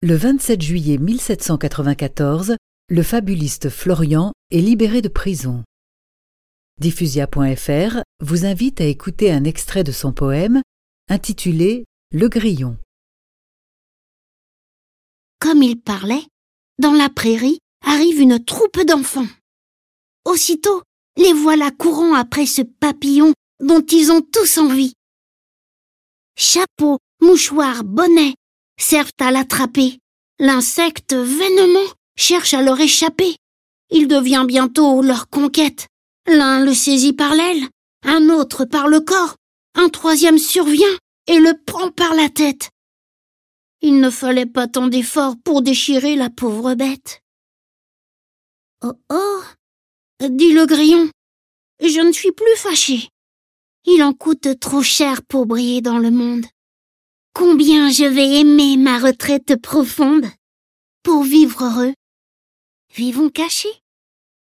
Le 27 juillet 1794, le fabuliste Florian est libéré de prison. Diffusia.fr vous invite à écouter un extrait de son poème intitulé « Le Grillon ». Comme il parlait, dans la prairie arrive une troupe d'enfants. Aussitôt, les voilà courant après ce papillon dont ils ont tous envie. Chapeau, mouchoir, bonnet servent à l'attraper. L'insecte vainement cherche à leur échapper. Il devient bientôt leur conquête. L'un le saisit par l'aile, un autre par le corps, un troisième survient et le prend par la tête. Il ne fallait pas tant d'efforts pour déchirer la pauvre bête. « Oh oh !» dit le grillon, « je ne suis plus fâché. Il en coûte trop cher pour briller dans le monde. Combien je vais aimer ma retraite profonde. Pour vivre heureux, vivons cachés. »